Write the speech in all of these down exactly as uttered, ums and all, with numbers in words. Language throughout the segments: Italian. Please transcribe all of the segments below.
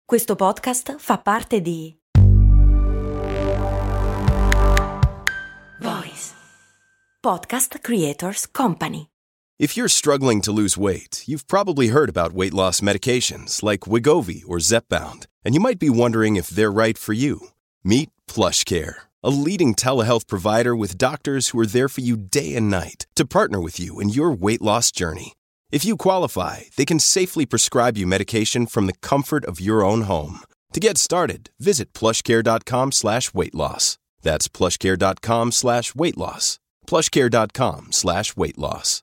Questo podcast fa parte di Voice Podcast Creators Company. If you're struggling to lose weight, you've probably heard about weight loss medications like Wegovy or Zepbound, and you might be wondering if they're right for you. Meet PlushCare, a leading telehealth provider with doctors who are there for you day and night to partner with you in your weight loss journey. If you qualify, they can safely prescribe you medication from the comfort of your own home. To get started, visit plushcare.com slash weight loss. That's plushcare.com slash weight loss. plushcare.com slash weight loss.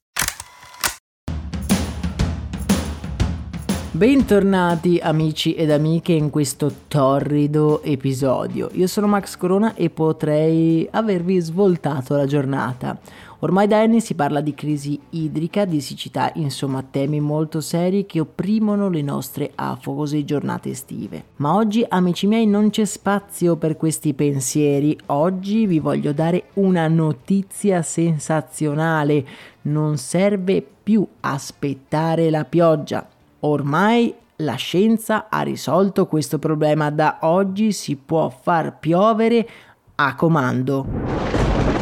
Bentornati amici ed amiche in questo torrido episodio. Io sono Max Corona e potrei avervi svoltato la giornata. Ormai da anni si parla di crisi idrica, di siccità, insomma temi molto seri che opprimono le nostre afose giornate estive. Ma oggi, amici miei, non c'è spazio per questi pensieri. Oggi vi voglio dare una notizia sensazionale. Non serve più aspettare la pioggia. Ormai la scienza ha risolto questo problema. Da oggi si può far piovere a comando.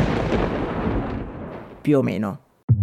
Più o meno.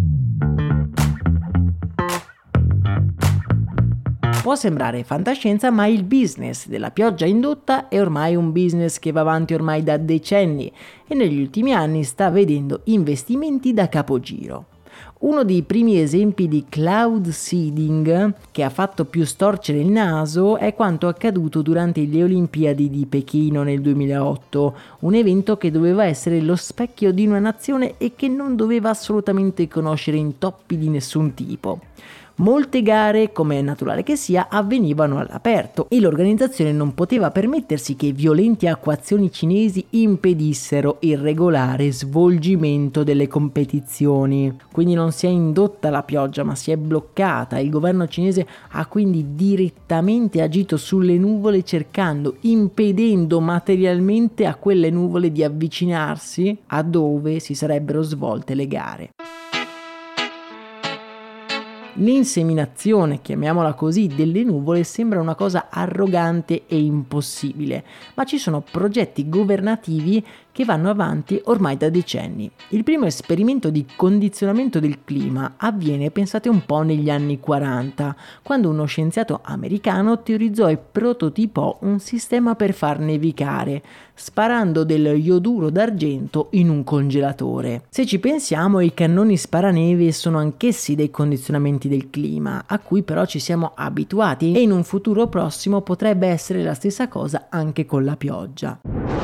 Può sembrare fantascienza, ma il business della pioggia indotta è ormai un business che va avanti ormai da decenni e negli ultimi anni sta vedendo investimenti da capogiro. Uno dei primi esempi di cloud seeding che ha fatto più storcere il naso è quanto accaduto durante le Olimpiadi di Pechino nel duemilaotto, un evento che doveva essere lo specchio di una nazione e che non doveva assolutamente conoscere intoppi di nessun tipo. Molte gare, come è naturale che sia, avvenivano all'aperto e l'organizzazione non poteva permettersi che violenti acquazioni cinesi impedissero il regolare svolgimento delle competizioni. Quindi non si è indotta la pioggia, ma si è bloccata. Il governo cinese ha quindi direttamente agito sulle nuvole, cercando, impedendo materialmente a quelle nuvole di avvicinarsi a dove si sarebbero svolte le gare. L'inseminazione, chiamiamola così, delle nuvole sembra una cosa arrogante e impossibile, ma ci sono progetti governativi che vanno avanti ormai da decenni. Il primo esperimento di condizionamento del clima avviene, pensate un po', negli anni quaranta, quando uno scienziato americano teorizzò e prototipò un sistema per far nevicare, sparando del ioduro d'argento in un congelatore. Se ci pensiamo, i cannoni sparaneve sono anch'essi dei condizionamenti del clima, a cui però ci siamo abituati e in un futuro prossimo potrebbe essere la stessa cosa anche con la pioggia.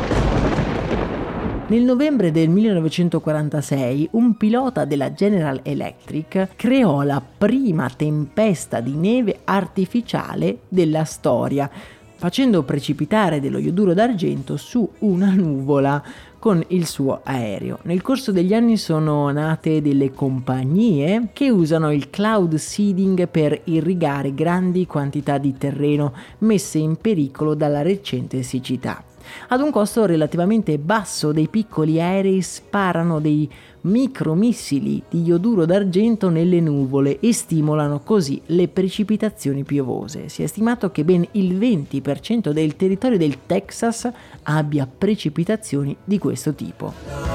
Nel novembre del millenovecentoquarantasei un pilota della General Electric creò la prima tempesta di neve artificiale della storia, facendo precipitare dello ioduro d'argento su una nuvola con il suo aereo. Nel corso degli anni sono nate delle compagnie che usano il cloud seeding per irrigare grandi quantità di terreno messe in pericolo dalla recente siccità. Ad un costo relativamente basso, dei piccoli aerei sparano dei micromissili di ioduro d'argento nelle nuvole e stimolano così le precipitazioni piovose. Si è stimato che ben il venti per cento del territorio del Texas abbia precipitazioni di questo tipo.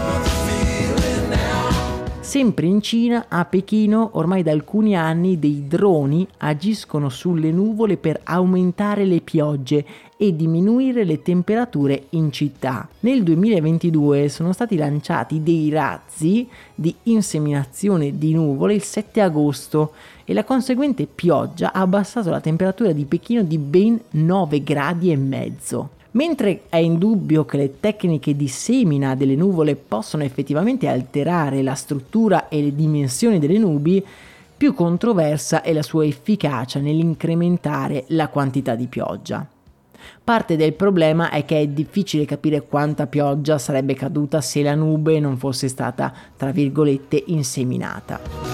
Sempre in Cina, a Pechino, ormai da alcuni anni dei droni agiscono sulle nuvole per aumentare le piogge e diminuire le temperature in città. Nel duemilaventidue sono stati lanciati dei razzi di inseminazione di nuvole il sette agosto e la conseguente pioggia ha abbassato la temperatura di Pechino di ben nove gradi e mezzo. Mentre è indubbio che le tecniche di semina delle nuvole possono effettivamente alterare la struttura e le dimensioni delle nubi, più controversa è la sua efficacia nell'incrementare la quantità di pioggia. Parte del problema è che è difficile capire quanta pioggia sarebbe caduta se la nube non fosse stata, tra virgolette, inseminata.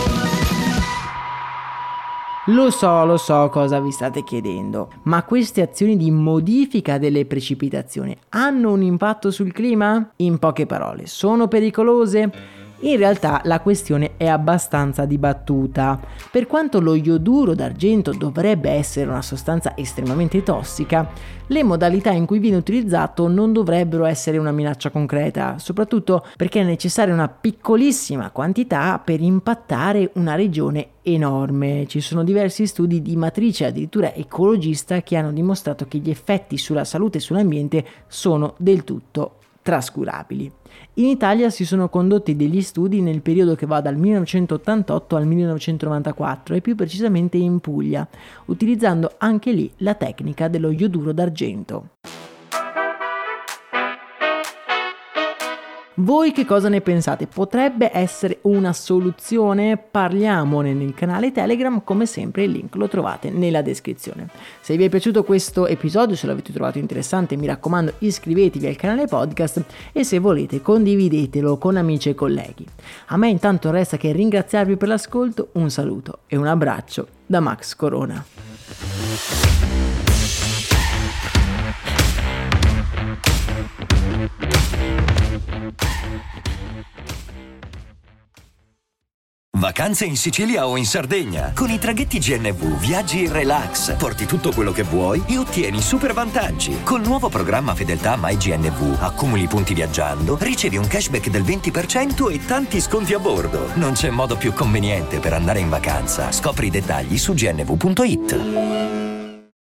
Lo so, lo so cosa vi state chiedendo, ma queste azioni di modifica delle precipitazioni hanno un impatto sul clima? In poche parole, sono pericolose? In realtà la questione è abbastanza dibattuta. Per quanto lo ioduro d'argento dovrebbe essere una sostanza estremamente tossica, le modalità in cui viene utilizzato non dovrebbero essere una minaccia concreta, soprattutto perché è necessaria una piccolissima quantità per impattare una regione enorme. Ci sono diversi studi di matrice addirittura ecologista che hanno dimostrato che gli effetti sulla salute e sull'ambiente sono del tutto trascurabili. In Italia si sono condotti degli studi nel periodo che va dal millenovecentottantotto al millenovecentonovantaquattro e più precisamente in Puglia, utilizzando anche lì la tecnica dello ioduro d'argento. Voi che cosa ne pensate? Potrebbe essere una soluzione? Parliamone nel canale Telegram, come sempre il link lo trovate nella descrizione. Se vi è piaciuto questo episodio, se l'avete trovato interessante, mi raccomando iscrivetevi al canale podcast e se volete condividetelo con amici e colleghi. A me intanto resta che ringraziarvi per l'ascolto, un saluto e un abbraccio da Max Corona. Vacanze in Sicilia o in Sardegna. Con i traghetti G N V viaggi in relax, porti tutto quello che vuoi e ottieni super vantaggi. Col nuovo programma Fedeltà MyGNV accumuli punti viaggiando, ricevi un cashback del venti per cento e tanti sconti a bordo. Non c'è modo più conveniente per andare in vacanza. Scopri i dettagli su gnv punto it.